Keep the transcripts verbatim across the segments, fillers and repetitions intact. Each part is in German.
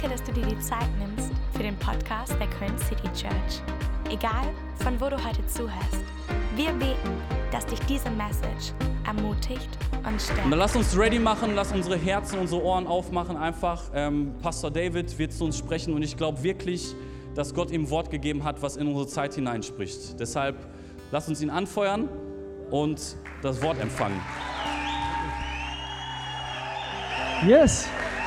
Danke, dass du dir die Zeit nimmst für den Podcast der Köln City Church. Egal, von wo du heute zuhörst, wir beten, dass dich diese Message ermutigt und stärkt. Und dann lass uns ready machen, lass unsere Herzen, unsere Ohren aufmachen einfach. Ähm, Pastor David wird zu uns sprechen und ich glaube wirklich, dass Gott ihm Wort gegeben hat, was in unsere Zeit hineinspricht. Deshalb lass uns ihn anfeuern und das Wort empfangen. Yes.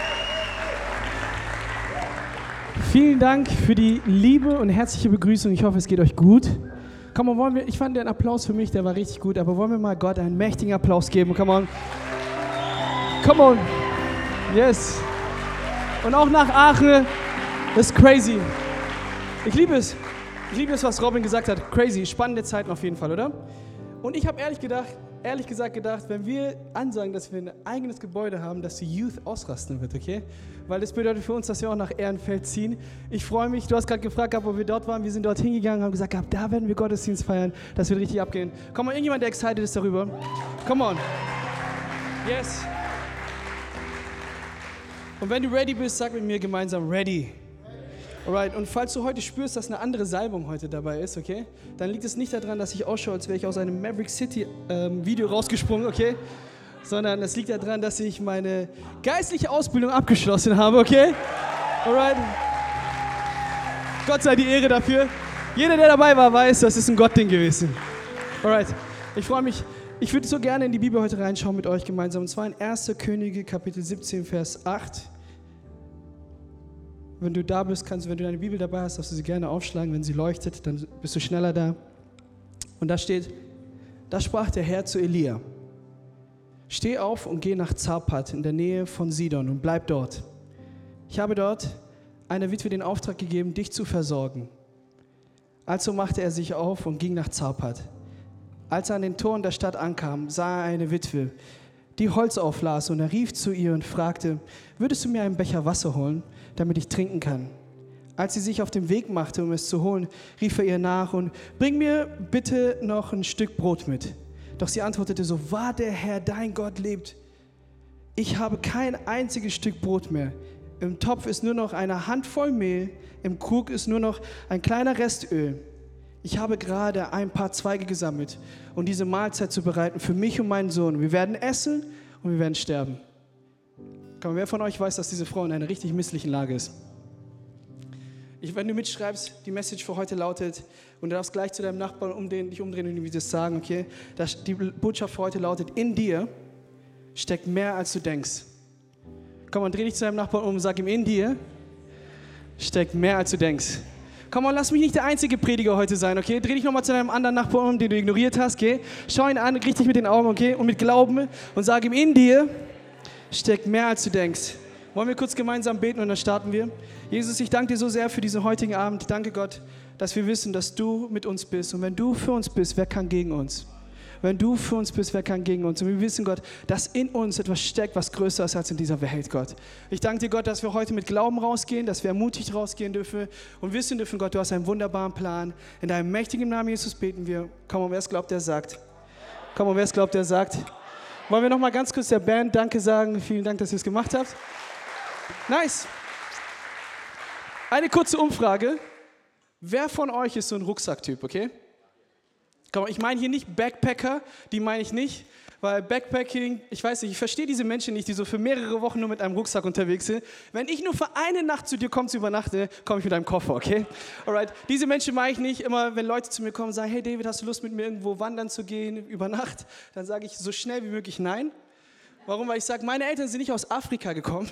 Vielen Dank für die liebe und herzliche Begrüßung. Ich hoffe, es geht euch gut. Komm on, wollen wir, ich fand den Applaus für mich, der war richtig gut, aber wollen wir mal Gott einen mächtigen Applaus geben? Come on. Come on. Yes. Und auch nach Aachen, das ist crazy. Ich liebe es. Ich liebe es, was Robin gesagt hat. Crazy, spannende Zeiten auf jeden Fall, oder? Und ich habe ehrlich gedacht, ehrlich gesagt gedacht, wenn wir ansagen, dass wir ein eigenes Gebäude haben, dass die Youth ausrasten wird, okay? Weil das bedeutet für uns, dass wir auch nach Ehrenfeld ziehen. Ich freue mich, du hast gerade gefragt, wo wir dort waren. Wir sind dort hingegangen, haben gesagt, da werden wir Gottesdienst feiern. Das wird richtig abgehen. Komm mal, irgendjemand, der excited ist darüber? Come on. Yes. Und wenn du ready bist, sag mit mir gemeinsam, ready. Alright, und falls du heute spürst, dass eine andere Salbung heute dabei ist, okay, dann liegt es nicht daran, dass ich ausschaue, als wäre ich aus einem Maverick City ähm, Video rausgesprungen, okay, sondern es liegt daran, dass ich meine geistliche Ausbildung abgeschlossen habe, okay? Alright. Gott sei die Ehre dafür. Jeder, der dabei war, weiß, das ist ein Gottding gewesen. Alright, ich freue mich. Ich würde so gerne in die Bibel heute reinschauen mit euch gemeinsam, und zwar in erster Könige, Kapitel siebzehn, Vers acht. Wenn du da bist, kannst du, wenn du deine Bibel dabei hast, darfst du sie gerne aufschlagen. Wenn sie leuchtet, dann bist du schneller da. Und da steht, da sprach der Herr zu Elia: Steh auf und geh nach Zarpat in der Nähe von Sidon und bleib dort. Ich habe dort einer Witwe den Auftrag gegeben, dich zu versorgen. Also machte er sich auf und ging nach Zarpat. Als er an den Toren der Stadt ankam, sah er eine Witwe, die Holz auflas, und er rief zu ihr und fragte: Würdest du mir einen Becher Wasser holen, damit ich trinken kann? Als sie sich auf den Weg machte, um es zu holen, rief er ihr nach und: Bring mir bitte noch ein Stück Brot mit. Doch sie antwortete: So wahr der Herr, dein Gott, lebt, ich habe kein einziges Stück Brot mehr. Im Topf ist nur noch eine Handvoll Mehl, im Krug ist nur noch ein kleiner Rest Öl. Ich habe gerade ein paar Zweige gesammelt, um diese Mahlzeit zu bereiten für mich und meinen Sohn. Wir werden essen und wir werden sterben. Komm, wer von euch weiß, dass diese Frau in einer richtig misslichen Lage ist? Ich, wenn du mitschreibst, die Message für heute lautet, und du darfst gleich zu deinem Nachbarn umdrehen, dich umdrehen und ihm das sagen, okay? Das, die Botschaft für heute lautet: In dir steckt mehr, als du denkst. Komm, und dreh dich zu deinem Nachbarn um und sag ihm: In dir steckt mehr, als du denkst. Komm, und lass mich nicht der einzige Prediger heute sein, okay? Dreh dich nochmal zu deinem anderen Nachbarn um, den du ignoriert hast, okay? Schau ihn an, richte dich mit den Augen, okay? Und mit Glauben und sag ihm: In dir steckt mehr, als du denkst. Wollen wir kurz gemeinsam beten und dann starten wir? Jesus, ich danke dir so sehr für diesen heutigen Abend. Ich danke Gott, dass wir wissen, dass du mit uns bist. Und wenn du für uns bist, wer kann gegen uns? Wenn du für uns bist, wer kann gegen uns? Und wir wissen, Gott, dass in uns etwas steckt, was größer ist als in dieser Welt, Gott. Ich danke dir, Gott, dass wir heute mit Glauben rausgehen, dass wir ermutigt rausgehen dürfen und wissen dürfen, Gott, du hast einen wunderbaren Plan. In deinem mächtigen Namen, Jesus, beten wir. Komm, und wer es glaubt, der sagt. Komm, und wer es glaubt, der sagt. Wollen wir noch mal ganz kurz der Band Danke sagen? Vielen Dank, dass ihr es gemacht habt. Nice. Eine kurze Umfrage. Wer von euch ist so ein Rucksacktyp, okay? Komm, ich meine hier nicht Backpacker, die meine ich nicht, weil Backpacking, ich weiß nicht, ich verstehe diese Menschen nicht, die so für mehrere Wochen nur mit einem Rucksack unterwegs sind. Wenn ich nur für eine Nacht zu dir komme, zu übernachten, komme ich mit einem Koffer, okay? Alright, diese Menschen meine ich nicht. Immer wenn Leute zu mir kommen und sagen: Hey David, hast du Lust, mit mir irgendwo wandern zu gehen über Nacht? Dann sage ich so schnell wie möglich nein. Warum? Weil ich sage, meine Eltern sind nicht aus Afrika gekommen,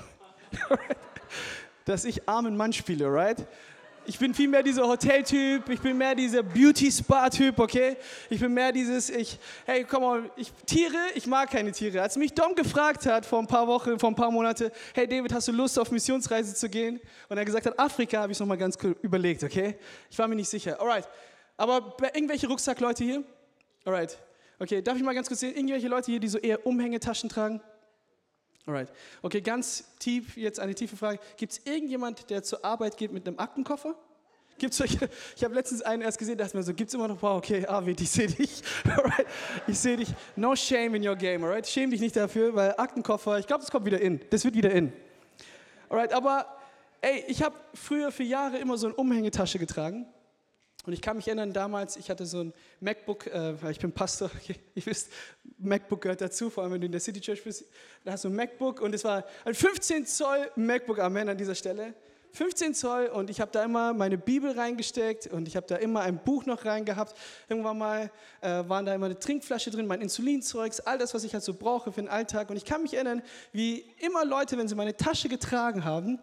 dass ich armen Mann spiele, right? Ich bin viel mehr dieser Hoteltyp, ich bin mehr dieser Beauty-Spa-Typ, okay? Ich bin mehr dieses, ich, hey, komm mal, ich, Tiere, ich mag keine Tiere. Als mich Dom gefragt hat vor ein paar Wochen, vor ein paar Monaten: Hey David, hast du Lust, auf Missionsreise zu gehen? Und er gesagt hat, Afrika, habe ich nochmal ganz cool überlegt, okay? Ich war mir nicht sicher. Alright, aber irgendwelche Rucksackleute hier? Alright, okay, darf ich mal ganz kurz sehen, irgendwelche Leute hier, die so eher Umhängetaschen tragen? Alright, okay, ganz tief, jetzt eine tiefe Frage. Gibt es irgendjemand, der zur Arbeit geht mit einem Aktenkoffer? Gibt's euch, ich habe letztens einen erst gesehen, dachte mir so, gibt es immer noch, wow, okay, Arvid, ich sehe dich. Alright, ich sehe dich. No shame in your game, alright? Schäm dich nicht dafür, weil Aktenkoffer, ich glaube, das kommt wieder in. Das wird wieder in. Alright, aber Ey, ich habe früher für Jahre immer so eine Umhängetasche getragen. Und ich kann mich erinnern, damals, ich hatte so ein MacBook, äh, weil ich bin Pastor, ihr wisst, MacBook gehört dazu, vor allem wenn du in der City Church bist. Da hast du ein MacBook und es war ein fünfzehn Zoll MacBook, Amen, an dieser Stelle. fünfzehn Zoll und ich habe da immer meine Bibel reingesteckt und ich habe da immer ein Buch noch reingehabt. Irgendwann mal äh, waren da immer eine Trinkflasche drin, mein Insulinzeugs, all das, was ich halt so brauche für den Alltag. Und ich kann mich erinnern, wie immer Leute, wenn sie meine Tasche getragen haben,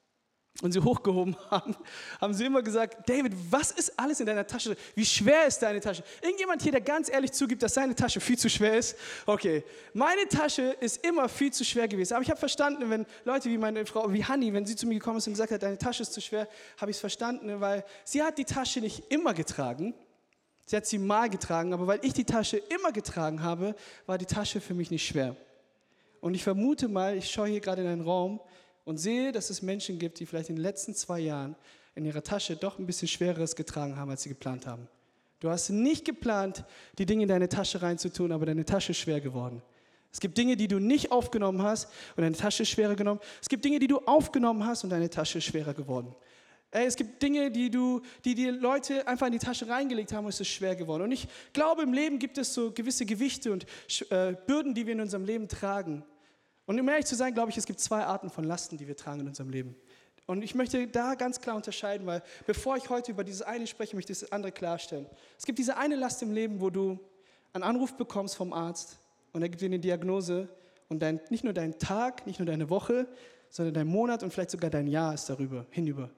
und sie hochgehoben haben, haben sie immer gesagt, David, was ist alles in deiner Tasche? Wie schwer ist deine Tasche? Irgendjemand hier, der ganz ehrlich zugibt, dass seine Tasche viel zu schwer ist? Okay, meine Tasche ist immer viel zu schwer gewesen. Aber ich habe verstanden, wenn Leute wie meine Frau, wie Hanni, wenn sie zu mir gekommen ist und gesagt hat, deine Tasche ist zu schwer, habe ich es verstanden, weil sie hat die Tasche nicht immer getragen. Sie hat sie mal getragen, aber weil ich die Tasche immer getragen habe, war die Tasche für mich nicht schwer. Und ich vermute mal, ich schaue hier gerade in einen Raum, und sehe, dass es Menschen gibt, die vielleicht in den letzten zwei Jahren in ihrer Tasche doch ein bisschen Schwereres getragen haben, als sie geplant haben. Du hast nicht geplant, die Dinge in deine Tasche reinzutun, aber deine Tasche ist schwer geworden. Es gibt Dinge, die du nicht aufgenommen hast und deine Tasche ist schwerer genommen. Es gibt Dinge, die du aufgenommen hast und deine Tasche ist schwerer geworden. Es gibt Dinge, die, du, die die Leute einfach in die Tasche reingelegt haben und es ist schwer geworden. Und ich glaube, im Leben gibt es so gewisse Gewichte und äh, Bürden, die wir in unserem Leben tragen. Und um ehrlich zu sein, glaube ich, es gibt zwei Arten von Lasten, die wir tragen in unserem Leben. Und ich möchte da ganz klar unterscheiden, weil bevor ich heute über dieses eine spreche, möchte ich das andere klarstellen. Es gibt diese eine Last im Leben, wo du einen Anruf bekommst vom Arzt und er gibt dir eine Diagnose und dein, nicht nur dein Tag, nicht nur deine Woche, sondern dein Monat und vielleicht sogar dein Jahr ist darüber, hinüber.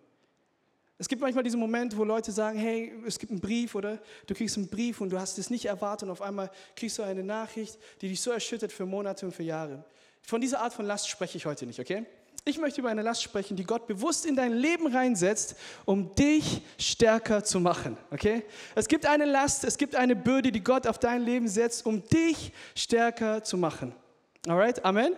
Es gibt manchmal diesen Moment, wo Leute sagen, hey, es gibt einen Brief oder du kriegst einen Brief und du hast es nicht erwartet und auf einmal kriegst du eine Nachricht, die dich so erschüttert für Monate und für Jahre. Von dieser Art von Last spreche ich heute nicht, okay? Ich möchte über eine Last sprechen, die Gott bewusst in dein Leben reinsetzt, um dich stärker zu machen, okay? Es gibt eine Last, es gibt eine Bürde, die Gott auf dein Leben setzt, um dich stärker zu machen. Alright? Amen?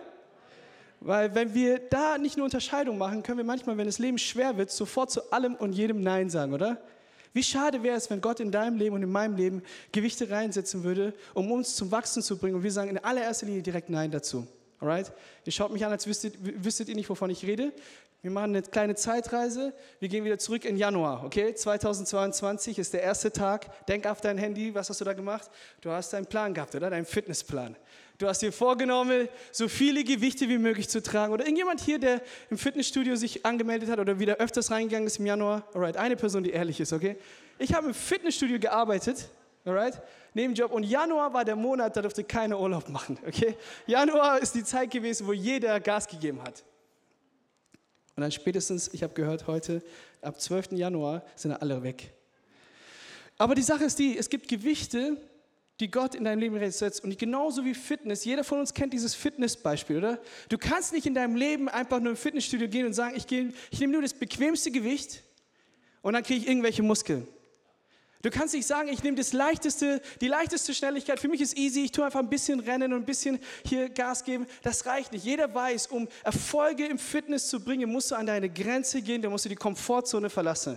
Weil wenn wir da nicht eine Unterscheidung machen, können wir manchmal, wenn das Leben schwer wird, sofort zu allem und jedem Nein sagen, oder? Wie schade wäre es, wenn Gott in deinem Leben und in meinem Leben Gewichte reinsetzen würde, um uns zum Wachsen zu bringen und wir sagen in allererster Linie direkt Nein dazu. Alright? Ihr schaut mich an, als wüsstet, wüsstet ihr nicht, wovon ich rede. Wir machen eine kleine Zeitreise. Wir gehen wieder zurück in Januar, okay? zweitausendzweiundzwanzig ist der erste Tag. Denk auf dein Handy, was hast du da gemacht? Du hast deinen Plan gehabt, oder? Deinen Fitnessplan. Du hast dir vorgenommen, so viele Gewichte wie möglich zu tragen. Oder irgendjemand hier, der im Fitnessstudio sich angemeldet hat oder wieder öfters reingegangen ist im Januar. Alright, eine Person, die ehrlich ist, okay? Ich habe im Fitnessstudio gearbeitet. Alright? Nebenjob. Und Januar war der Monat, da durfte keiner Urlaub machen. Okay? Januar ist die Zeit gewesen, wo jeder Gas gegeben hat. Und dann spätestens, ich habe gehört, heute, ab zwölften Januar sind alle weg. Aber die Sache ist die, es gibt Gewichte, die Gott in deinem Leben setzt. Und genauso wie Fitness, jeder von uns kennt dieses Fitnessbeispiel, oder? Du kannst nicht in deinem Leben einfach nur im Fitnessstudio gehen und sagen, ich, gehe, ich nehme nur das bequemste Gewicht und dann kriege ich irgendwelche Muskeln. Du kannst nicht sagen, ich nehme das leichteste, die leichteste Schnelligkeit. Für mich ist easy, ich tue einfach ein bisschen rennen und ein bisschen hier Gas geben. Das reicht nicht. Jeder weiß, um Erfolge im Fitness zu bringen, musst du an deine Grenze gehen, da musst du die Komfortzone verlassen.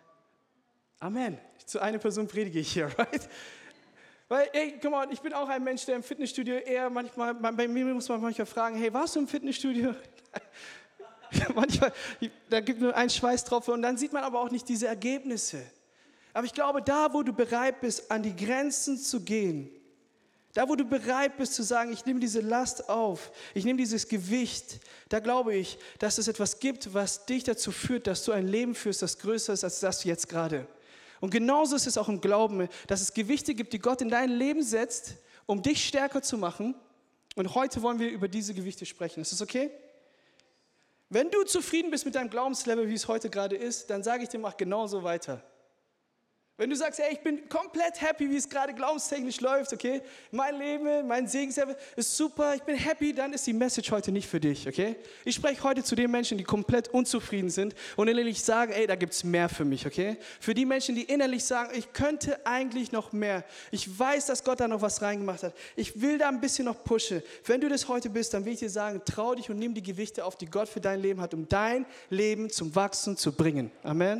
Amen. Zu einer Person predige ich hier, right? Weil, ey, come on, ich bin auch ein Mensch, der im Fitnessstudio eher manchmal, bei mir muss man manchmal fragen, hey, warst du im Fitnessstudio? Manchmal, da gibt nur einen Schweißtropfen und dann sieht man aber auch nicht diese Ergebnisse. Aber ich glaube, da, wo du bereit bist, an die Grenzen zu gehen, da, wo du bereit bist zu sagen, ich nehme diese Last auf, ich nehme dieses Gewicht, da glaube ich, dass es etwas gibt, was dich dazu führt, dass du ein Leben führst, das größer ist als das jetzt gerade. Und genauso ist es auch im Glauben, dass es Gewichte gibt, die Gott in dein Leben setzt, um dich stärker zu machen. Und heute wollen wir über diese Gewichte sprechen. Ist das okay? Wenn du zufrieden bist mit deinem Glaubenslevel, wie es heute gerade ist, dann sage ich dir, mach genauso weiter. Wenn du sagst, hey, ich bin komplett happy, wie es gerade glaubenstechnisch läuft, okay? Mein Leben, mein Segenslevel ist super, ich bin happy, dann ist die Message heute nicht für dich, okay? Ich spreche heute zu den Menschen, die komplett unzufrieden sind und innerlich sagen, ey, da gibt es mehr für mich, okay? Für die Menschen, die innerlich sagen, ich könnte eigentlich noch mehr. Ich weiß, dass Gott da noch was reingemacht hat. Ich will da ein bisschen noch pushen. Wenn du das heute bist, dann will ich dir sagen, trau dich und nimm die Gewichte auf, die Gott für dein Leben hat, um dein Leben zum Wachsen zu bringen. Amen.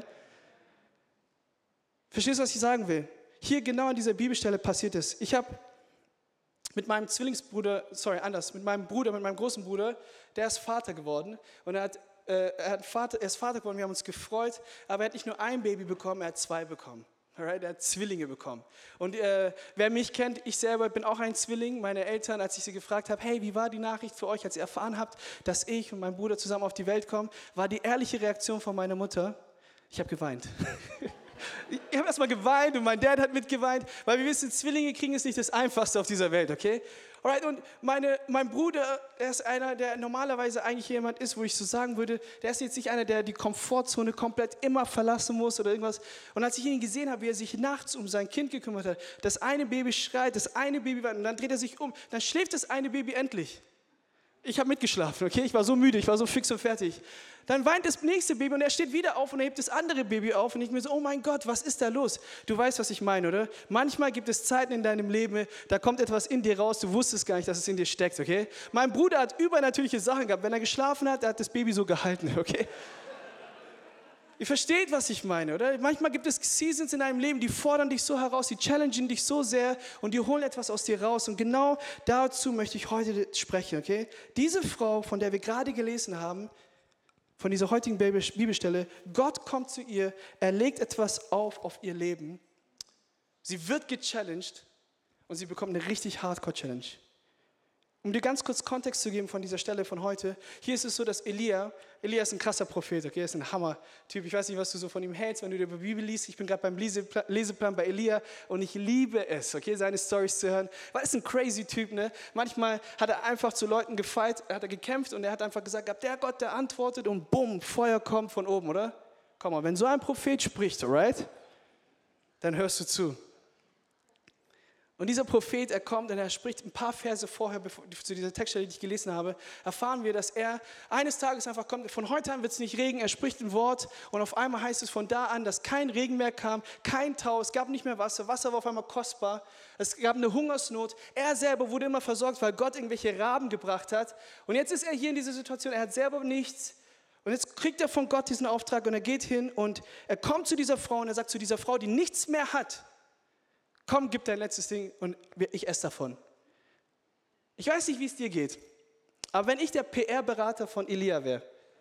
Verstehst du, was ich sagen will? Hier genau an dieser Bibelstelle passiert es. Ich habe mit meinem Zwillingsbruder, sorry, anders, mit meinem Bruder, mit meinem großen Bruder, der ist Vater geworden und er hat Äh, er, hat Vater, er ist Vater geworden, wir haben uns gefreut, aber er hat nicht nur ein Baby bekommen, er hat zwei bekommen. Alright? Er hat Zwillinge bekommen. Und äh, wer mich kennt, ich selber bin auch ein Zwilling. Meine Eltern, als ich sie gefragt habe, hey, wie war die Nachricht für euch, als ihr erfahren habt, dass ich und mein Bruder zusammen auf die Welt kommen, war die ehrliche Reaktion von meiner Mutter, ich habe geweint. Ich habe erstmal geweint und mein Dad hat mitgeweint, weil wir wissen, Zwillinge kriegen es nicht das Einfachste auf dieser Welt, okay? Alright, und meine, mein Bruder, er ist einer, der normalerweise eigentlich jemand ist, wo ich so sagen würde, der ist jetzt nicht einer, der die Komfortzone komplett immer verlassen muss oder irgendwas. Und als ich ihn gesehen habe, wie er sich nachts um sein Kind gekümmert hat, das eine Baby schreit, das eine Baby weint und dann dreht er sich um, dann schläft das eine Baby endlich. Ich habe mitgeschlafen, okay? Ich war so müde, ich war so fix und fertig. Dann weint das nächste Baby und er steht wieder auf und er hebt das andere Baby auf und ich mir so, oh mein Gott, was ist da los? Du weißt, was ich meine, oder? Manchmal gibt es Zeiten in deinem Leben, da kommt etwas in dir raus, du wusstest gar nicht, dass es in dir steckt, okay? Mein Bruder hat übernatürliche Sachen gehabt. Wenn er geschlafen hat, er hat das Baby so gehalten, okay? Ihr versteht, was ich meine, oder? Manchmal gibt es Seasons in deinem Leben, die fordern dich so heraus, die challengen dich so sehr und die holen etwas aus dir raus. Und genau dazu möchte ich heute sprechen, okay? Diese Frau, von der wir gerade gelesen haben, von dieser heutigen Bibelstelle, Gott kommt zu ihr, er legt etwas auf auf ihr Leben. Sie wird gechallenged und sie bekommt eine richtig Hardcore-Challenge. Um dir ganz kurz Kontext zu geben von dieser Stelle von heute, hier ist es so, dass Elia, Elia ist ein krasser Prophet, okay, er ist ein Hammer-Typ. Ich weiß nicht, was du so von ihm hältst, wenn du die Bibel liest. Ich bin gerade beim Leseplan, Leseplan bei Elia und ich liebe es, okay, seine Storys zu hören, weil er ist ein crazy Typ, ne? Manchmal hat er einfach zu Leuten gefight, hat er gekämpft und er hat einfach gesagt, der Gott, der antwortet und bumm, Feuer kommt von oben, oder? Komm mal, wenn so ein Prophet spricht, alright, dann hörst du zu. Und dieser Prophet, er kommt und er spricht ein paar Verse vorher, bevor, zu dieser Textstelle, die ich gelesen habe, erfahren wir, dass er eines Tages einfach kommt, von heute an wird es nicht regnen, er spricht ein Wort und auf einmal heißt es von da an, dass kein Regen mehr kam, kein Tau, es gab nicht mehr Wasser, Wasser war auf einmal kostbar, es gab eine Hungersnot, er selber wurde immer versorgt, weil Gott irgendwelche Raben gebracht hat und jetzt ist er hier in dieser Situation, er hat selber nichts. Und jetzt kriegt er von Gott diesen Auftrag und er geht hin und er kommt zu dieser Frau und er sagt zu dieser Frau, die nichts mehr hat, komm, gib dein letztes Ding und ich esse davon. Ich weiß nicht, wie es dir geht, aber wenn ich der P R-Berater von Elia wäre,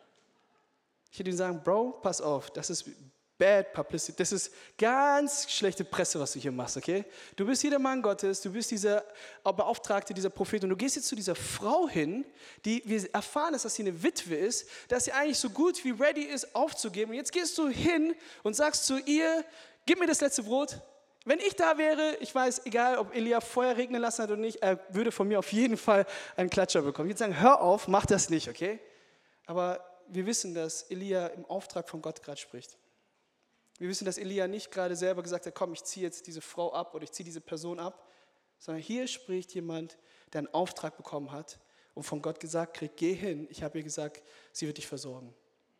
ich würde ihm sagen, Bro, pass auf, das ist bad publicity, das ist ganz schlechte Presse, was du hier machst, okay? Du bist hier der Mann Gottes, du bist dieser Beauftragte, dieser Prophet und du gehst jetzt zu dieser Frau hin, die wir erfahren, dass sie eine Witwe ist, dass sie eigentlich so gut wie ready ist, aufzugeben und jetzt gehst du hin und sagst zu ihr, gib mir das letzte Brot. Wenn ich da wäre, ich weiß, egal ob Elia Feuer regnen lassen hat oder nicht, er würde von mir auf jeden Fall einen Klatscher bekommen. Ich würde sagen, hör auf, mach das nicht, okay? Aber wir wissen, dass Elia im Auftrag von Gott gerade spricht. Wir wissen, dass Elia nicht gerade selber gesagt hat, komm, ich ziehe jetzt diese Frau ab oder ich ziehe diese Person ab, sondern hier spricht jemand, der einen Auftrag bekommen hat und von Gott gesagt kriegt, geh hin, ich habe ihr gesagt, sie wird dich versorgen.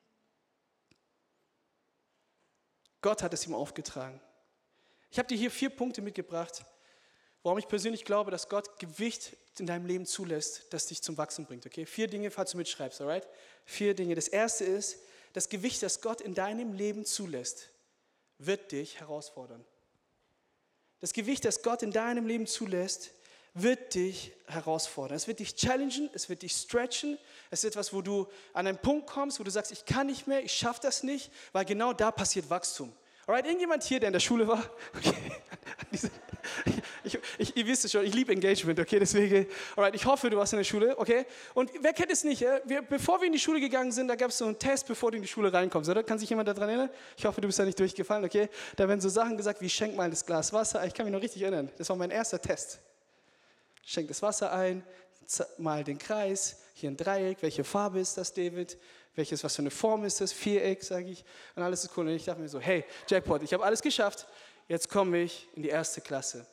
Gott hat es ihm aufgetragen. Ich habe dir hier vier Punkte mitgebracht, warum ich persönlich glaube, dass Gott Gewicht in deinem Leben zulässt, das dich zum Wachsen bringt. Okay? Vier Dinge, falls du mitschreibst, alright? Vier Dinge. Das erste ist, das Gewicht, das Gott in deinem Leben zulässt, wird dich herausfordern. Das Gewicht, das Gott in deinem Leben zulässt, wird dich herausfordern. Es wird dich challengen, es wird dich stretchen. Es ist etwas, wo du an einen Punkt kommst, wo du sagst, ich kann nicht mehr, ich schaffe das nicht, weil genau da passiert Wachstum. Alright, irgendjemand hier, der in der Schule war? Okay. Ich, ich, ihr wisst es schon, ich liebe Engagement, okay, deswegen, alright, ich hoffe, du warst in der Schule, okay? Und wer kennt es nicht, ja? wir, bevor wir in die Schule gegangen sind, da gab es so einen Test, bevor du in die Schule reinkommst, oder? Kann sich jemand daran erinnern? Ich hoffe, du bist da nicht durchgefallen, okay? Da werden so Sachen gesagt wie, schenk mal das Glas Wasser, ich kann mich noch richtig erinnern, das war mein erster Test. Schenk das Wasser ein, mal den Kreis, hier ein Dreieck, welche Farbe ist das, David? Welches, was für eine Form ist das? Viereck, sage ich. Und alles ist cool. Und ich dachte mir so, hey, Jackpot, ich habe alles geschafft. Jetzt komme ich in die erste Klasse.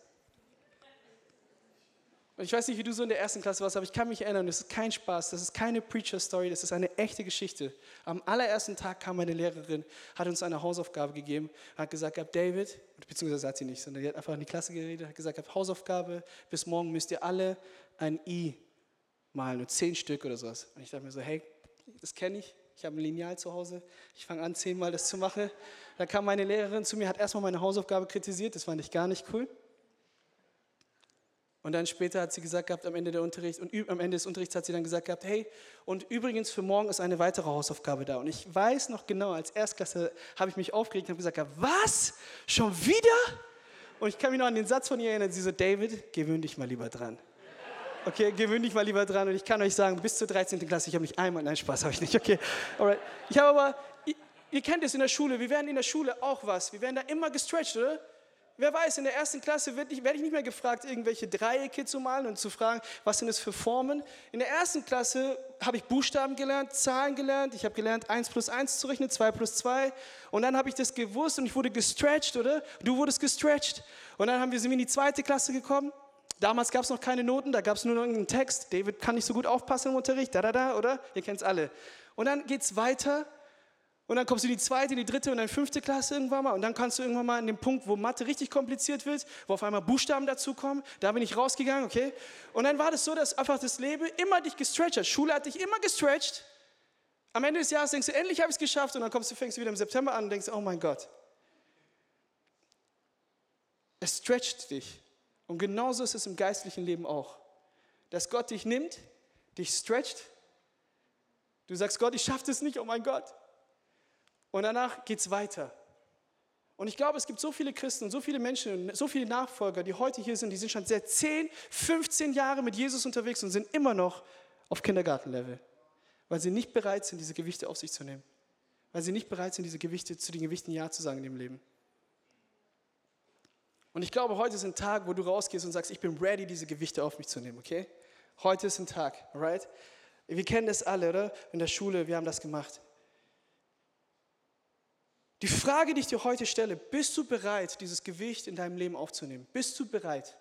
Und ich weiß nicht, wie du so in der ersten Klasse warst, aber ich kann mich erinnern, das ist kein Spaß, das ist keine Preacher-Story, das ist eine echte Geschichte. Am allerersten Tag kam meine Lehrerin, hat uns eine Hausaufgabe gegeben, hat gesagt, David, beziehungsweise hat sie nicht, sondern die hat einfach in die Klasse geredet, hat gesagt, Hausaufgabe, bis morgen müsst ihr alle ein I malen, nur zehn Stück oder sowas. Und ich dachte mir so, hey, das kenne ich, ich habe ein Lineal zu Hause, ich fange an, zehnmal das zu machen. Dann kam meine Lehrerin zu mir, hat erstmal meine Hausaufgabe kritisiert, das fand ich gar nicht cool. Und dann später hat sie gesagt gehabt, am Ende der Unterricht, und am Ende des Unterrichts hat sie dann gesagt gehabt, hey, und übrigens für morgen ist eine weitere Hausaufgabe da. Und ich weiß noch genau, als Erstklasse habe ich mich aufgeregt und habe gesagt gehabt, was? Schon wieder? Und ich kann mich noch an den Satz von ihr erinnern, sie so, David, gewöhn dich mal lieber dran. Okay, gewöhn dich mal lieber dran. Und ich kann euch sagen, bis zur dreizehnten Klasse, ich habe mich einmal, nein, Spaß habe ich nicht, okay. Alright. Ich habe aber, ihr, ihr kennt es in der Schule, wir werden in der Schule auch was, wir werden da immer gestretched, oder? Wer weiß, in der ersten Klasse werde ich, werd ich nicht mehr gefragt, irgendwelche Dreiecke zu malen und zu fragen, was sind das für Formen. In der ersten Klasse habe ich Buchstaben gelernt, Zahlen gelernt. Ich habe gelernt, eins plus eins zu rechnen, zwei plus zwei. Und dann habe ich das gewusst und ich wurde gestretched, oder? Du wurdest gestretched. Und dann haben wir, sind wir in die zweite Klasse gekommen. Damals gab es noch keine Noten, da gab es nur noch irgendeinen Text. David kann nicht so gut aufpassen im Unterricht, da, da, da, oder? Ihr kennt es alle. Und dann geht es weiter. Und dann kommst du in die zweite, in die dritte und dann fünfte Klasse irgendwann mal. Und dann kannst du irgendwann mal an den Punkt, wo Mathe richtig kompliziert wird, wo auf einmal Buchstaben dazukommen. Da bin ich rausgegangen, okay? Und dann war das so, dass einfach das Leben immer dich gestretcht hat. Schule hat dich immer gestretcht. Am Ende des Jahres denkst du, endlich habe ich es geschafft. Und dann kommst du, fängst du wieder im September an und denkst, oh mein Gott. Es stretcht dich. Und genauso ist es im geistlichen Leben auch. Dass Gott dich nimmt, dich stretcht. Du sagst, Gott, ich schaffe das nicht, oh mein Gott. Und danach geht es weiter. Und ich glaube, es gibt so viele Christen und so viele Menschen, so viele Nachfolger, die heute hier sind, die sind schon seit zehn, fünfzehn Jahre mit Jesus unterwegs und sind immer noch auf Kindergartenlevel. Weil sie nicht bereit sind, diese Gewichte auf sich zu nehmen. Weil sie nicht bereit sind, diese Gewichte, zu den Gewichten Ja zu sagen in ihrem Leben. Und ich glaube, heute ist ein Tag, wo du rausgehst und sagst, ich bin ready, diese Gewichte auf mich zu nehmen, okay? Heute ist ein Tag, alright? Wir kennen das alle, oder? In der Schule, wir haben das gemacht. Die Frage, die ich dir heute stelle, bist du bereit, dieses Gewicht in deinem Leben aufzunehmen? Bist du bereit?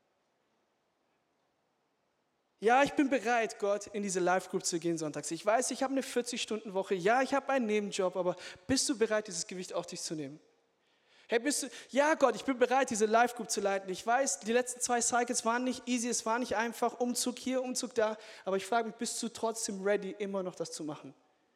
Ja, ich bin bereit, Gott, in diese Live-Group zu gehen sonntags. Ich weiß, ich habe eine vierzig-Stunden-Woche. Ja, ich habe einen Nebenjob, aber bist du bereit, dieses Gewicht auf dich zu nehmen? Hey, bist du, ja Gott, ich bin bereit, diese Live-Group zu leiten. Ich weiß, die letzten zwei Cycles waren nicht easy, es war nicht einfach, Umzug hier, Umzug da. Aber ich frage mich, bist du trotzdem ready, immer noch das zu machen?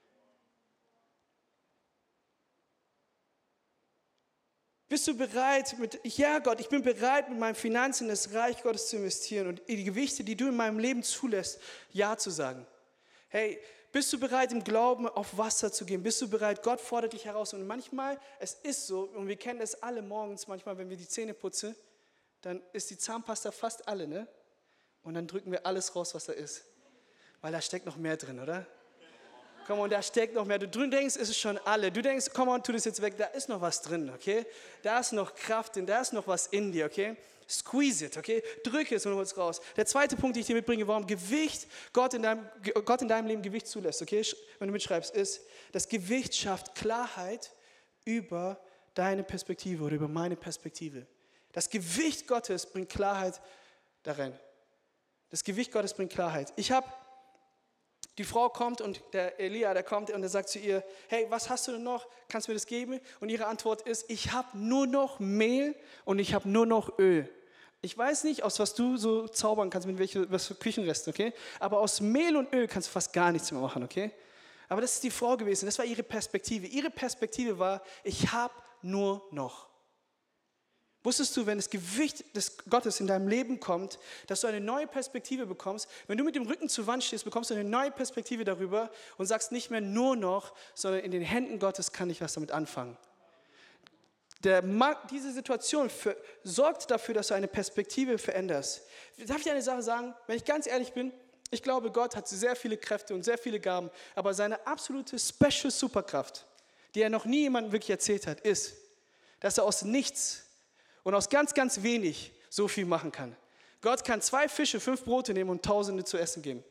Bist du bereit, mit, ja Gott, ich bin bereit, mit meinen Finanzen in das Reich Gottes zu investieren und die Gewichte, die du in meinem Leben zulässt, Ja zu sagen. Hey, bist du bereit, im Glauben auf Wasser zu gehen? Bist du bereit, Gott fordert dich heraus. Und manchmal, es ist so, und wir kennen das alle morgens, manchmal, wenn wir die Zähne putzen, dann ist die Zahnpasta fast alle, ne? Und dann drücken wir alles raus, was da ist. Weil da steckt noch mehr drin, oder? Komm on, da steckt noch mehr. Du denkst, es ist schon alle. Du denkst, komm on, tu das jetzt weg. Da ist noch was drin, okay? Da ist noch Kraft drin, da ist noch was in dir, okay? Squeeze it, okay? Drück es und hol es raus. Der zweite Punkt, den ich dir mitbringe, warum Gewicht Gott in deinem, Gott in deinem Leben Gewicht zulässt, okay? Wenn du mitschreibst, ist, das Gewicht schafft Klarheit über deine Perspektive oder über meine Perspektive. Das Gewicht Gottes bringt Klarheit darin. Das Gewicht Gottes bringt Klarheit. Ich habe Die Frau kommt und der Elia, der kommt und er sagt zu ihr, hey, was hast du denn noch? Kannst du mir das geben? Und ihre Antwort ist, ich habe nur noch Mehl und ich habe nur noch Öl. Ich weiß nicht, aus was du so zaubern kannst, mit welchen, was für Küchenresten, okay? Aber aus Mehl und Öl kannst du fast gar nichts mehr machen, okay? Aber das ist die Frau gewesen, das war ihre Perspektive. Ihre Perspektive war, ich habe nur noch. Wusstest du, wenn das Gewicht des Gottes in deinem Leben kommt, dass du eine neue Perspektive bekommst? Wenn du mit dem Rücken zur Wand stehst, bekommst du eine neue Perspektive darüber und sagst nicht mehr nur noch, sondern in den Händen Gottes kann ich was damit anfangen. Der, diese Situation für, sorgt dafür, dass du eine Perspektive veränderst. Darf ich eine Sache sagen? Wenn ich ganz ehrlich bin, ich glaube, Gott hat sehr viele Kräfte und sehr viele Gaben, aber seine absolute Special Superkraft, die er noch nie jemandem wirklich erzählt hat, ist, dass er aus nichts und aus ganz, ganz wenig so viel machen kann. Gott kann zwei Fische, fünf Brote nehmen und Tausende zu essen geben.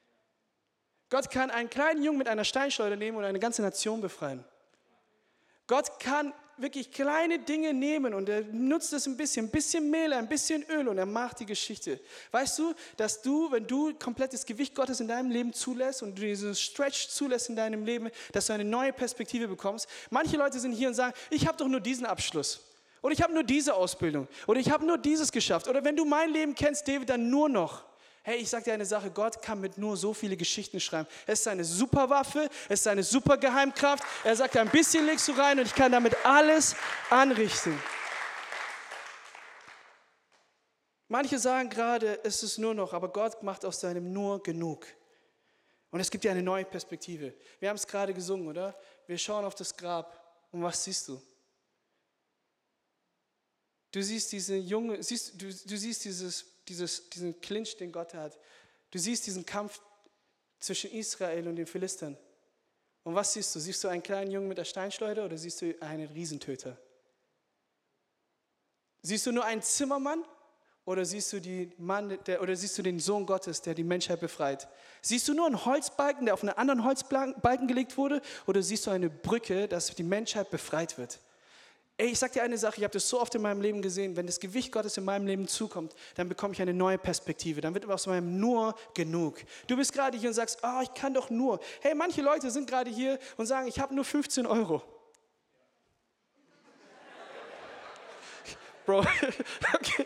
Gott kann einen kleinen Jungen mit einer Steinschleuder nehmen und eine ganze Nation befreien. Gott kann wirklich kleine Dinge nehmen und er nutzt es ein bisschen, ein bisschen Mehl, ein bisschen Öl und er macht die Geschichte. Weißt du, dass du, wenn du komplettes Gewicht Gottes in deinem Leben zulässt und du diesen Stretch zulässt in deinem Leben, dass du eine neue Perspektive bekommst. Manche Leute sind hier und sagen, ich habe doch nur diesen Abschluss. Oder ich habe nur diese Ausbildung. Oder ich habe nur dieses geschafft. Oder wenn du mein Leben kennst, David, dann nur noch. Hey, ich sage dir eine Sache, Gott kann mit nur so viele Geschichten schreiben. Es ist eine super Waffe, es ist eine super Geheimkraft. Er sagt, ein bisschen legst du rein und ich kann damit alles anrichten. Manche sagen gerade, es ist nur noch, aber Gott macht aus seinem nur genug. Und es gibt dir eine neue Perspektive. Wir haben es gerade gesungen, oder? Wir schauen auf das Grab und was siehst du? Du siehst diese junge, siehst, du, du siehst dieses, dieses, diesen Clinch, den Gott hat. Du siehst diesen Kampf zwischen Israel und den Philistern. Und was siehst du? Siehst du einen kleinen Jungen mit der Steinschleuder oder siehst du einen Riesentöter? Siehst du nur einen Zimmermann oder siehst du, die Mann, der, oder siehst du den Sohn Gottes, der die Menschheit befreit? Siehst du nur einen Holzbalken, der auf einen anderen Holzbalken gelegt wurde, oder siehst du eine Brücke, dass die Menschheit befreit wird? Ey, ich sag dir eine Sache, ich habe das so oft in meinem Leben gesehen, wenn das Gewicht Gottes in meinem Leben zukommt, dann bekomme ich eine neue Perspektive, dann wird aus meinem nur genug. Du bist gerade hier und sagst, oh, ich kann doch nur. Hey, manche Leute sind gerade hier und sagen, ich habe nur fünfzehn Euro. Bro, okay.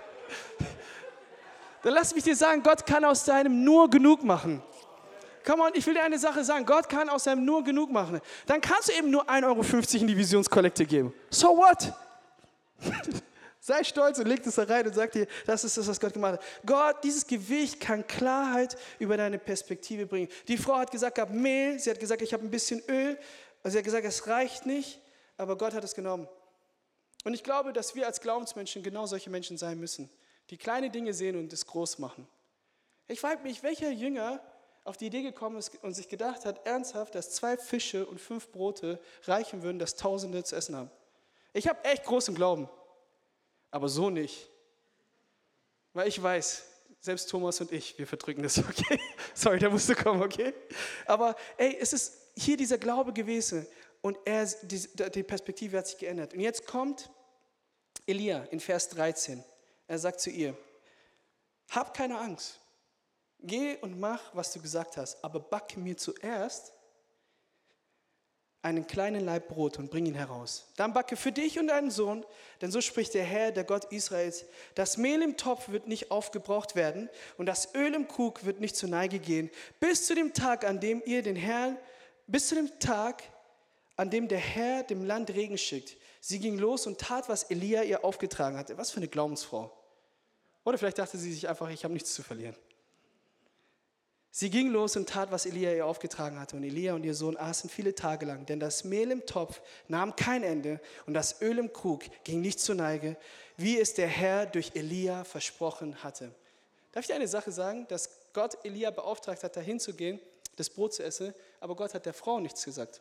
Dann lass mich dir sagen, Gott kann aus deinem nur genug machen. Come on, ich will dir eine Sache sagen, Gott kann aus seinem nur genug machen. Dann kannst du eben nur ein Euro fünfzig in die Visionskollekte geben. So what? Sei stolz und leg das da rein und sag dir, das ist das, was Gott gemacht hat. Gott, dieses Gewicht kann Klarheit über deine Perspektive bringen. Die Frau hat gesagt, gab Mehl, sie hat gesagt, ich habe ein bisschen Öl. Also sie hat gesagt, es reicht nicht, aber Gott hat es genommen. Und ich glaube, dass wir als Glaubensmenschen genau solche Menschen sein müssen, die kleine Dinge sehen und es groß machen. Ich frage mich, welcher Jünger auf die Idee gekommen ist und sich gedacht hat, ernsthaft, dass zwei Fische und fünf Brote reichen würden, dass Tausende zu essen haben. Ich habe echt großen Glauben, aber so nicht. Weil ich weiß, selbst Thomas und ich, wir verdrücken das, okay? Sorry, der musste kommen, okay? Aber ey, es ist hier dieser Glaube gewesen und er, die, die Perspektive hat sich geändert. Und jetzt kommt Elia in Vers dreizehn. Er sagt zu ihr, hab keine Angst. Geh und mach, was du gesagt hast, aber backe mir zuerst einen kleinen Laib Brot und bring ihn heraus. Dann backe für dich und deinen Sohn, denn so spricht der Herr, der Gott Israels, das Mehl im Topf wird nicht aufgebraucht werden und das Öl im Krug wird nicht zur Neige gehen, bis zu dem Tag, an dem ihr den Herrn, bis zu dem Tag, an dem der Herr dem Land Regen schickt. Sie ging los und tat, was Elia ihr aufgetragen hatte. Was für eine Glaubensfrau. Oder vielleicht dachte sie sich einfach, ich habe nichts zu verlieren. Sie ging los und tat, was Elia ihr aufgetragen hatte. Und Elia und ihr Sohn aßen viele Tage lang, denn das Mehl im Topf nahm kein Ende und das Öl im Krug ging nicht zur Neige, wie es der Herr durch Elia versprochen hatte. Darf ich dir eine Sache sagen, dass Gott Elia beauftragt hat, dahin zu gehen, das Brot zu essen, aber Gott hat der Frau nichts gesagt.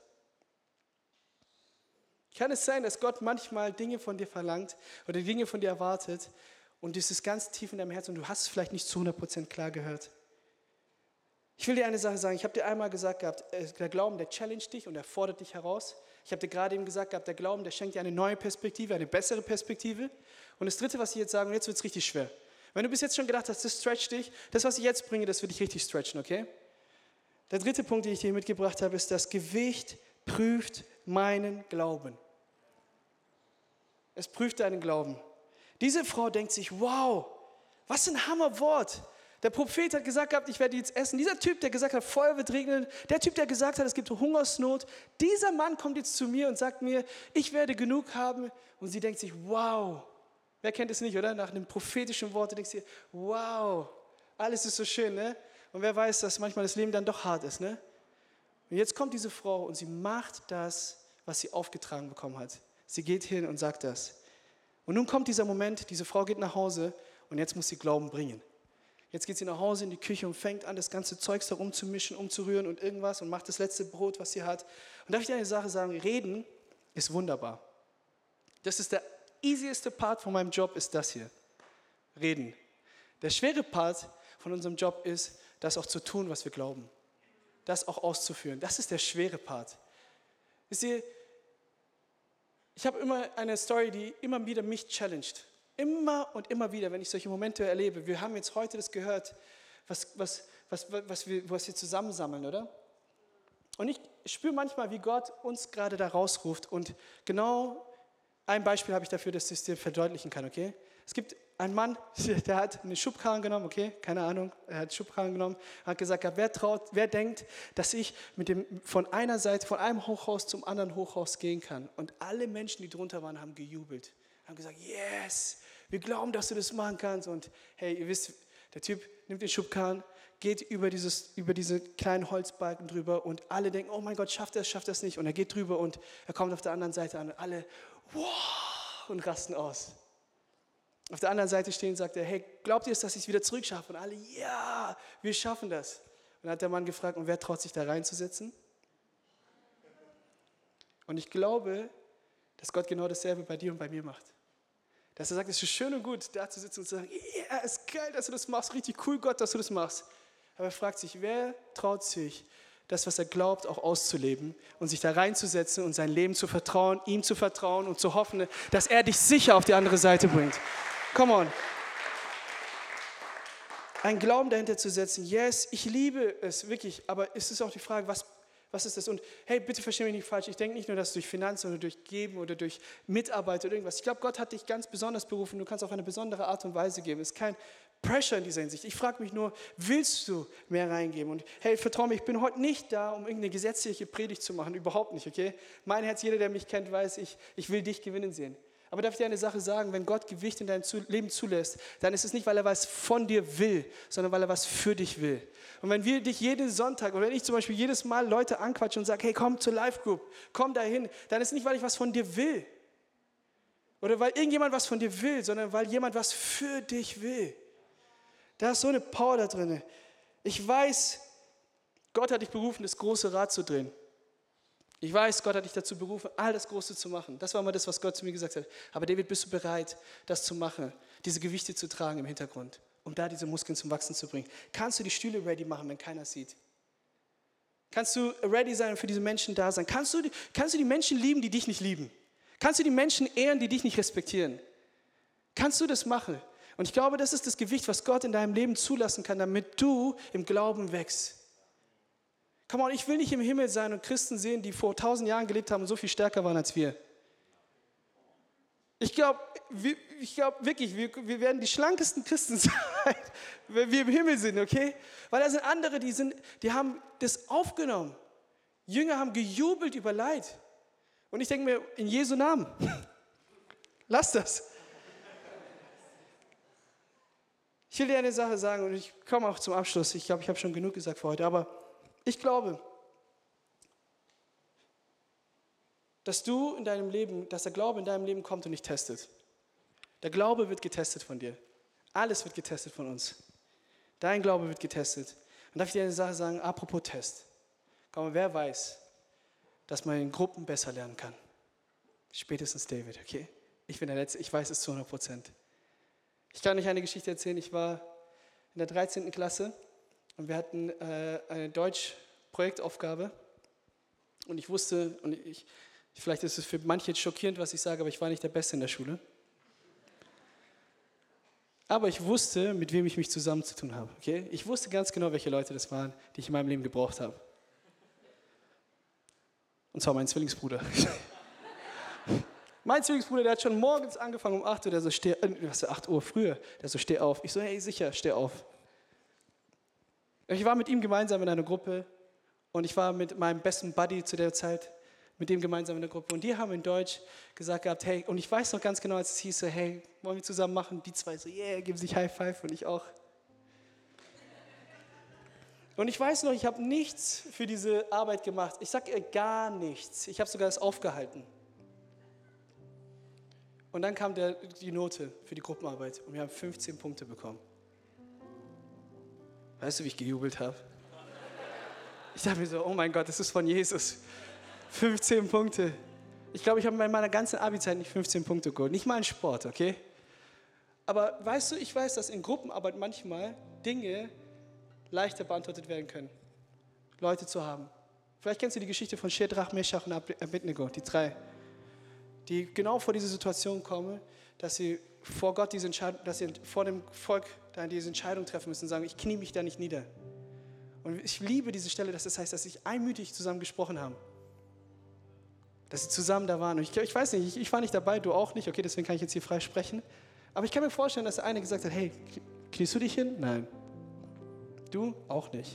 Kann es sein, dass Gott manchmal Dinge von dir verlangt oder Dinge von dir erwartet und das ist ganz tief in deinem Herzen und du hast es vielleicht nicht zu hundert Prozent klar gehört? Ich will dir eine Sache sagen, ich habe dir einmal gesagt gehabt, der Glauben, der challenge dich und er fordert dich heraus. Ich habe dir gerade eben gesagt gehabt, der Glauben, der schenkt dir eine neue Perspektive, eine bessere Perspektive. Und das Dritte, was ich jetzt sage, und jetzt wird es richtig schwer. Wenn du bis jetzt schon gedacht hast, das stretcht dich, das, was ich jetzt bringe, das wird dich richtig stretchen, okay? Der dritte Punkt, den ich dir mitgebracht habe, ist, das Gewicht prüft meinen Glauben. Es prüft deinen Glauben. Diese Frau denkt sich, wow, was ein Hammerwort. Der Prophet hat gesagt gehabt, ich werde jetzt essen. Dieser Typ, der gesagt hat, Feuer wird regnen. Der Typ, der gesagt hat, es gibt Hungersnot. Dieser Mann kommt jetzt zu mir und sagt mir, ich werde genug haben. Und sie denkt sich, wow. Wer kennt es nicht, oder? Nach einem prophetischen Wort denkt sie, wow, alles ist so schön, ne? Und wer weiß, dass manchmal das Leben dann doch hart ist, ne? Und jetzt kommt diese Frau und sie macht das, was sie aufgetragen bekommen hat. Sie geht hin und sagt das. Und nun kommt dieser Moment, diese Frau geht nach Hause und jetzt muss sie Glauben bringen. Jetzt geht sie nach Hause in die Küche und fängt an, das ganze Zeugs da rumzumischen, umzurühren und irgendwas und macht das letzte Brot, was sie hat. Und darf ich dir eine Sache sagen, reden ist wunderbar. Das ist der easieste Part von meinem Job, ist das hier. Reden. Der schwere Part von unserem Job ist, das auch zu tun, was wir glauben. Das auch auszuführen. Das ist der schwere Part. Wisst ihr, ich habe immer eine Story, die immer wieder mich challenged. Immer und immer wieder, wenn ich solche Momente erlebe. Wir haben jetzt heute das gehört, was, was, was, was, wir, was wir zusammensammeln, oder? Und ich spüre manchmal, wie Gott uns gerade da rausruft. Und genau ein Beispiel habe ich dafür, dass ich es dir verdeutlichen kann, okay? Es gibt einen Mann, der hat einen Schubkarren genommen, okay? Keine Ahnung, er hat Schubkarren genommen, hat gesagt, wer traut, wer denkt, dass ich mit dem, von einer Seite, von einem Hochhaus zum anderen Hochhaus gehen kann. Und alle Menschen, die drunter waren, haben gejubelt. Haben gesagt, yes, wir glauben, dass du das machen kannst. Und hey, ihr wisst, der Typ nimmt den Schubkarren, geht über, dieses, über diese kleinen Holzbalken drüber und alle denken, oh mein Gott, schafft er es, schafft er es nicht. Und er geht drüber und er kommt auf der anderen Seite an und alle, wow, und rasten aus. Auf der anderen Seite stehen und sagt er, hey, glaubt ihr es, dass ich es wieder zurückschaffe? Und alle, ja, wir schaffen das. Und dann hat der Mann gefragt, und wer traut sich da reinzusetzen? Und ich glaube, dass Gott genau dasselbe bei dir und bei mir macht. Dass er sagt, es ist schön und gut, da zu sitzen und zu sagen, ja, yeah, ist geil, dass du das machst, richtig cool, Gott, dass du das machst. Aber er fragt sich, wer traut sich, das, was er glaubt, auch auszuleben und sich da reinzusetzen und sein Leben zu vertrauen, ihm zu vertrauen und zu hoffen, dass er dich sicher auf die andere Seite bringt. Come on. Einen Glauben dahinter zu setzen, yes, ich liebe es wirklich, aber es ist auch die Frage, was Was ist das? Und hey, bitte versteh mich nicht falsch. Ich denke nicht nur, dass durch Finanzen oder durch Geben oder durch Mitarbeit oder irgendwas. Ich glaube, Gott hat dich ganz besonders berufen. Du kannst auf eine besondere Art und Weise geben. Es ist kein Pressure in dieser Hinsicht. Ich frage mich nur, willst du mehr reingeben? Und hey, vertrau mir, ich bin heute nicht da, um irgendeine gesetzliche Predigt zu machen. Überhaupt nicht, okay? Mein Herz, jeder, der mich kennt, weiß, ich, ich will dich gewinnen sehen. Aber darf ich dir eine Sache sagen, wenn Gott Gewicht in deinem Leben zulässt, dann ist es nicht, weil er was von dir will, sondern weil er was für dich will. Und wenn wir dich jeden Sonntag, oder wenn ich zum Beispiel jedes Mal Leute anquatsche und sage, hey, komm zur Life Group, komm dahin, dann ist es nicht, weil ich was von dir will. Oder weil irgendjemand was von dir will, sondern weil jemand was für dich will. Da ist so eine Power da drin. Ich weiß, Gott hat dich berufen, das große Rad zu drehen. Ich weiß, Gott hat dich dazu berufen, all das Große zu machen. Das war mal das, was Gott zu mir gesagt hat. Aber David, bist du bereit, das zu machen, diese Gewichte zu tragen im Hintergrund, um da diese Muskeln zum Wachsen zu bringen? Kannst du die Stühle ready machen, wenn keiner sieht? Kannst du ready sein und für diese Menschen da sein? Kannst du, kannst du die Menschen lieben, die dich nicht lieben? Kannst du die Menschen ehren, die dich nicht respektieren? Kannst du das machen? Und ich glaube, das ist das Gewicht, was Gott in deinem Leben zulassen kann, damit du im Glauben wächst. Come on, ich will nicht im Himmel sein und Christen sehen, die vor tausend Jahren gelebt haben und so viel stärker waren als wir. Ich glaube ich glaub wirklich, wir, wir werden die schlankesten Christen sein, wenn wir im Himmel sind, okay? Weil da sind andere, die, sind, die haben das aufgenommen. Jünger haben gejubelt über Leid. Und ich denke mir, in Jesu Namen, lass das. Ich will dir eine Sache sagen und ich komme auch zum Abschluss. Ich glaube, ich habe schon genug gesagt für heute, aber ich glaube, dass du in deinem Leben, dass der Glaube in deinem Leben kommt und nicht testet. Der Glaube wird getestet von dir. Alles wird getestet von uns. Dein Glaube wird getestet. Und darf ich dir eine Sache sagen, apropos Test. Komm, wer weiß, dass man in Gruppen besser lernen kann? Spätestens David, okay? Ich bin der Letzte, ich weiß es zu hundert Prozent. Ich kann euch eine Geschichte erzählen. Ich war in der dreizehnten Klasse. Und wir hatten äh, eine Deutsch-Projektaufgabe und ich wusste, und ich, vielleicht ist es für manche jetzt schockierend, was ich sage, aber ich war nicht der Beste in der Schule. Aber ich wusste, mit wem ich mich zusammenzutun habe. Okay? Ich wusste ganz genau, welche Leute das waren, die ich in meinem Leben gebraucht habe. Und zwar mein Zwillingsbruder. Mein Zwillingsbruder, der hat schon morgens angefangen um acht Uhr, der so, steh, äh, was, acht Uhr früher, der so, steh auf. Ich so, hey, sicher, steh auf. Ich war mit ihm gemeinsam in einer Gruppe und ich war mit meinem besten Buddy zu der Zeit, mit dem gemeinsam in der Gruppe. Und die haben in Deutsch gesagt gehabt, hey, und ich weiß noch ganz genau, als es hieß so, hey, wollen wir zusammen machen? Die zwei so, yeah, geben sich High Five und ich auch. Und ich weiß noch, ich habe nichts für diese Arbeit gemacht. Ich sage ihr gar nichts. Ich habe sogar das aufgehalten. Und dann kam der, die Note für die Gruppenarbeit und wir haben fünfzehn Punkte bekommen. Weißt du, wie ich gejubelt habe? Ich dachte mir so, oh mein Gott, das ist von Jesus. fünfzehn Punkte. Ich glaube, ich habe in meiner ganzen Abi-Zeit nicht fünfzehn Punkte geholt. Nicht mal in Sport, okay? Aber weißt du, ich weiß, dass in Gruppenarbeit manchmal Dinge leichter beantwortet werden können. Leute zu haben. Vielleicht kennst du die Geschichte von Schedrach, Meshach und Abednego, die drei. Die genau vor diese Situation kommen, dass sie vor Gott diese Entscheidung, dass sie vor dem Volk dann diese Entscheidung treffen müssen und sagen, ich knie mich da nicht nieder. Und ich liebe diese Stelle, dass das heißt, dass sie einmütig zusammen gesprochen haben. Dass sie zusammen da waren. Und ich, ich weiß nicht, ich, ich war nicht dabei, du auch nicht, okay, deswegen kann ich jetzt hier frei sprechen. Aber ich kann mir vorstellen, dass der eine gesagt hat, hey, kniest du dich hin? Nein. Du? Auch nicht.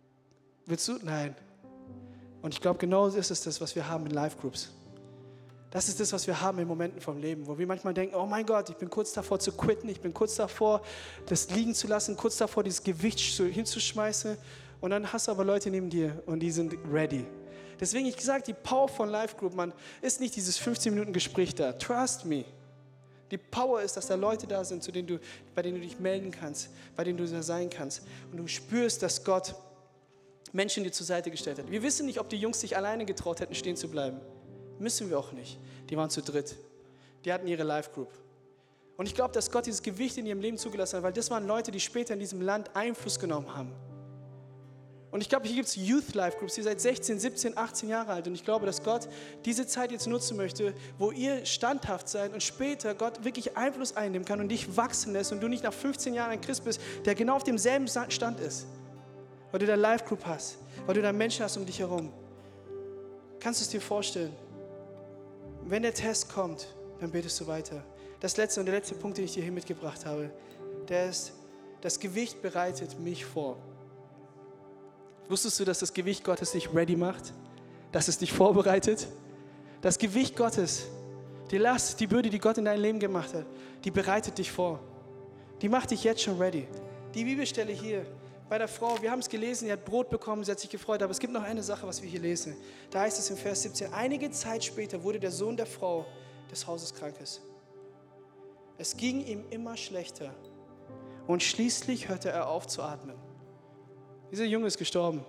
Willst du? Nein. Und ich glaube, genau ist es das, was wir haben in Life Groups. Das ist das, was wir haben in Momenten vom Leben, wo wir manchmal denken, oh mein Gott, ich bin kurz davor zu quitten, ich bin kurz davor, das liegen zu lassen, kurz davor, dieses Gewicht hinzuschmeißen. Und dann hast du aber Leute neben dir und die sind ready. Deswegen, ich gesagt, die Power von Life Group, man, ist nicht dieses fünfzehn Minuten Gespräch da. Trust me. Die Power ist, dass da Leute da sind, zu denen du, bei denen du dich melden kannst, bei denen du da sein kannst. Und du spürst, dass Gott Menschen dir zur Seite gestellt hat. Wir wissen nicht, ob die Jungs sich alleine getraut hätten, stehen zu bleiben. Müssen wir auch nicht. Die waren zu dritt. Die hatten ihre Life Group. Und ich glaube, dass Gott dieses Gewicht in ihrem Leben zugelassen hat, weil das waren Leute, die später in diesem Land Einfluss genommen haben. Und ich glaube, hier gibt es Youth Life Groups, ihr seid sechzehn, siebzehn, achtzehn Jahre alt. Und ich glaube, dass Gott diese Zeit jetzt nutzen möchte, wo ihr standhaft seid und später Gott wirklich Einfluss einnehmen kann und dich wachsen lässt und du nicht nach fünfzehn Jahren ein Christ bist, der genau auf demselben Stand ist. Weil du da Life Group hast, weil du da Menschen hast um dich herum. Kannst du es dir vorstellen? Wenn der Test kommt, dann betest du weiter. Das letzte und der letzte Punkt, den ich dir hier mitgebracht habe, der ist, das Gewicht bereitet mich vor. Wusstest du, dass das Gewicht Gottes dich ready macht? Dass es dich vorbereitet? Das Gewicht Gottes, die Last, die Bürde, die Gott in dein Leben gemacht hat, die bereitet dich vor. Die macht dich jetzt schon ready. Die Bibelstelle hier bei der Frau, wir haben es gelesen, sie hat Brot bekommen, sie hat sich gefreut, aber es gibt noch eine Sache, was wir hier lesen. Da heißt es im Vers siebzehn, einige Zeit später wurde der Sohn der Frau des Hauses krank. Es ging ihm immer schlechter und schließlich hörte er auf zu atmen. Dieser Junge ist gestorben.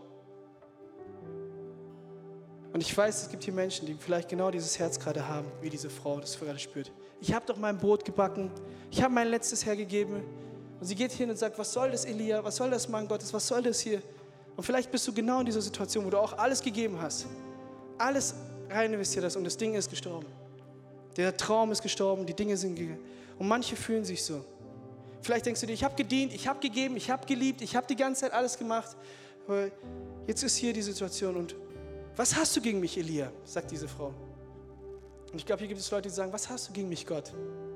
Und ich weiß, es gibt hier Menschen, die vielleicht genau dieses Herz gerade haben, wie diese Frau das gerade spürt. Ich habe doch mein Brot gebacken, ich habe mein letztes hergegeben. Und sie geht hin und sagt, was soll das, Elia, was soll das, Mann Gottes, was soll das hier? Und vielleicht bist du genau in dieser Situation, wo du auch alles gegeben hast. Alles rein investiert hast und das Ding ist gestorben. Der Traum ist gestorben, die Dinge sind gegangen. Und manche fühlen sich so. Vielleicht denkst du dir, ich habe gedient, ich habe gegeben, ich habe geliebt, ich habe die ganze Zeit alles gemacht. Aber jetzt ist hier die Situation und was hast du gegen mich, Elia? Sagt diese Frau. Und ich glaube, hier gibt es Leute, die sagen, was hast du gegen mich, Gott?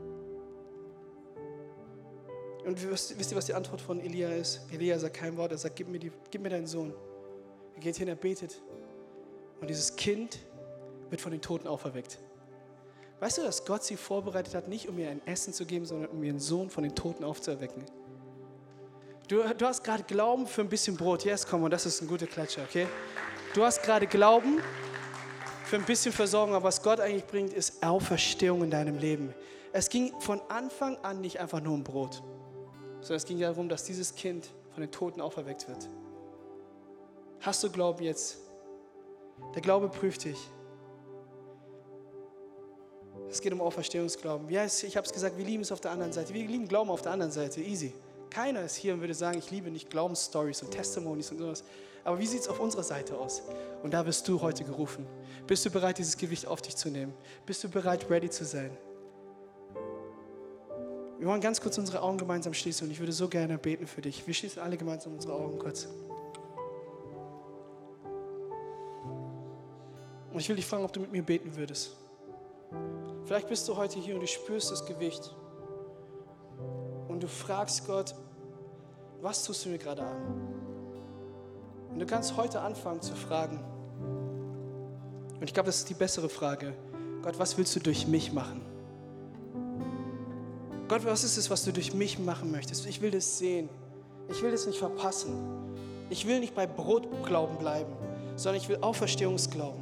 Und wisst ihr, was die Antwort von Elia ist? Elia sagt kein Wort, er sagt, gib mir, die, gib mir deinen Sohn. Er geht hin, er betet. Und dieses Kind wird von den Toten auferweckt. Weißt du, dass Gott sie vorbereitet hat, nicht um ihr ein Essen zu geben, sondern um ihren Sohn von den Toten aufzuerwecken? Du, du hast gerade Glauben für ein bisschen Brot. Yes, komm, und das ist ein guter Klatscher, okay? Du hast gerade Glauben für ein bisschen Versorgung, aber was Gott eigentlich bringt, ist Auferstehung in deinem Leben. Es ging von Anfang an nicht einfach nur um Brot, sondern es ging darum, dass dieses Kind von den Toten auferweckt wird. Hast du Glauben jetzt? Der Glaube prüft dich. Es geht um Auferstehungsglauben. Ja, ich habe es gesagt, wir lieben es auf der anderen Seite. Wir lieben Glauben auf der anderen Seite. Easy. Keiner ist hier und würde sagen, ich liebe nicht Glaubensstories und Testimonies und sowas. Aber wie sieht es auf unserer Seite aus? Und da bist du heute gerufen. Bist du bereit, dieses Gewicht auf dich zu nehmen? Bist du bereit, ready zu sein? Wir wollen ganz kurz unsere Augen gemeinsam schließen und ich würde so gerne beten für dich. Wir schließen alle gemeinsam unsere Augen kurz. Und ich will dich fragen, ob du mit mir beten würdest. Vielleicht bist du heute hier und du spürst das Gewicht. Und du fragst Gott, was tust du mir gerade an? Und du kannst heute anfangen zu fragen. Und ich glaube, das ist die bessere Frage. Gott, was willst du durch mich machen? Gott, was ist es, was du durch mich machen möchtest? Ich will das sehen. Ich will das nicht verpassen. Ich will nicht bei Brotglauben bleiben, sondern ich will Auferstehungsglauben.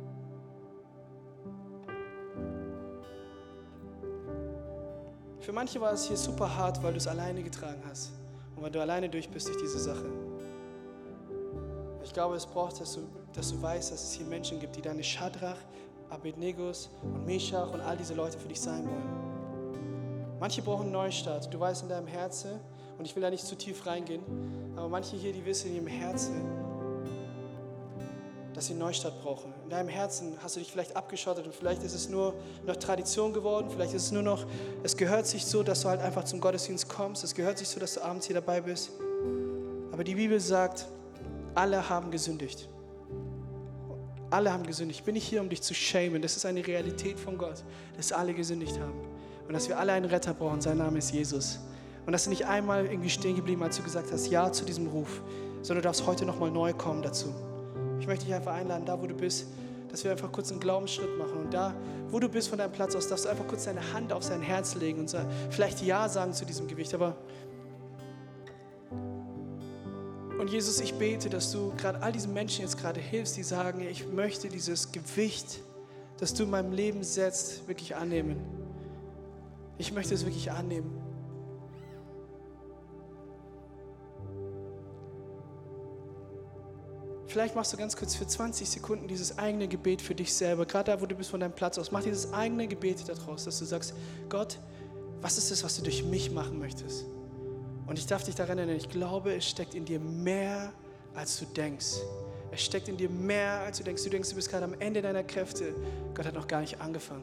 Für manche war es hier super hart, weil du es alleine getragen hast und weil du alleine durch bist durch diese Sache. Ich glaube, es braucht, dass du, dass du weißt, dass es hier Menschen gibt, die deine Schadrach, Abednegos und Meshach und all diese Leute für dich sein wollen. Manche brauchen einen Neustart. Du weißt in deinem Herzen, und ich will da nicht zu tief reingehen, aber manche hier, die wissen in ihrem Herzen, dass sie einen Neustart brauchen. In deinem Herzen hast du dich vielleicht abgeschottet und vielleicht ist es nur noch Tradition geworden, vielleicht ist es nur noch, es gehört sich so, dass du halt einfach zum Gottesdienst kommst, es gehört sich so, dass du abends hier dabei bist. Aber die Bibel sagt, alle haben gesündigt. Alle haben gesündigt. Ich bin nicht hier, um dich zu schämen, das ist eine Realität von Gott, dass alle gesündigt haben und dass wir alle einen Retter brauchen, sein Name ist Jesus. Und dass du nicht einmal irgendwie stehen geblieben, als du gesagt hast, ja zu diesem Ruf, sondern du darfst heute nochmal neu kommen dazu. Ich möchte dich einfach einladen, da wo du bist, dass dass wir einfach kurz einen Glaubensschritt machen. Und da, wo du bist von deinem Platz aus, darfst du einfach kurz deine Hand auf sein Herz legen und vielleicht Ja sagen zu diesem Gewicht. Aber und Jesus, ich bete, dass du gerade all diesen Menschen jetzt gerade hilfst, die sagen, ich möchte dieses Gewicht, das du in meinem Leben setzt, wirklich annehmen. Ich möchte es wirklich annehmen. Vielleicht machst du ganz kurz für zwanzig Sekunden dieses eigene Gebet für dich selber, gerade da, wo du bist von deinem Platz aus. Mach dieses eigene Gebet daraus, dass du sagst, Gott, was ist das, was du durch mich machen möchtest? Und ich darf dich daran erinnern, ich glaube, es steckt in dir mehr, als du denkst. Es steckt in dir mehr, als du denkst. Du denkst, du bist gerade am Ende deiner Kräfte. Gott hat noch gar nicht angefangen.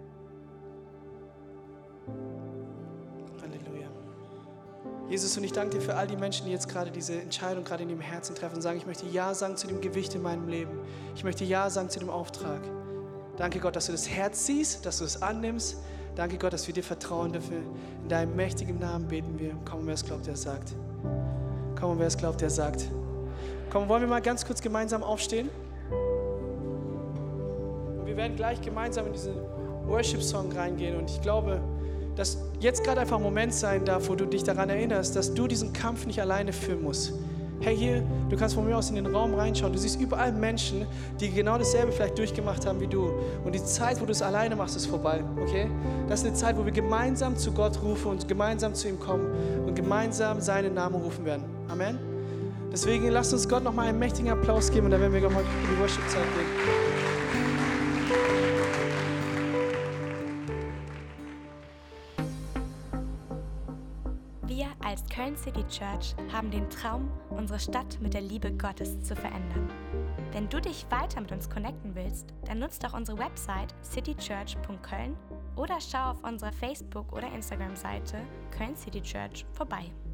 Halleluja. Jesus, und ich danke dir für all die Menschen, die jetzt gerade diese Entscheidung gerade in ihrem Herzen treffen und sagen, ich möchte Ja sagen zu dem Gewicht in meinem Leben. Ich möchte Ja sagen zu dem Auftrag. Danke Gott, dass du das Herz siehst, dass du es annimmst. Danke Gott, dass wir dir vertrauen dürfen. In deinem mächtigen Namen beten wir. Komm, wer es glaubt, der sagt. Komm, wer es glaubt, der sagt. Komm, wollen wir mal ganz kurz gemeinsam aufstehen? Und wir werden gleich gemeinsam in diesen Worship-Song reingehen. Und ich glaube, dass jetzt gerade einfach ein Moment sein darf, wo du dich daran erinnerst, dass du diesen Kampf nicht alleine führen musst. Hey, hier, du kannst von mir aus in den Raum reinschauen. Du siehst überall Menschen, die genau dasselbe vielleicht durchgemacht haben wie du. Und die Zeit, wo du es alleine machst, ist vorbei, okay? Das ist eine Zeit, wo wir gemeinsam zu Gott rufen und gemeinsam zu ihm kommen und gemeinsam seinen Namen rufen werden. Amen? Deswegen lasst uns Gott nochmal einen mächtigen Applaus geben und dann werden wir nochmal in die Worship-Zeit gehen. Wir als Köln City Church haben den Traum, unsere Stadt mit der Liebe Gottes zu verändern. Wenn du dich weiter mit uns connecten willst, dann nutzt doch unsere Website citychurch punkt köln oder schau auf unserer Facebook- oder Instagram-Seite Köln City Church vorbei.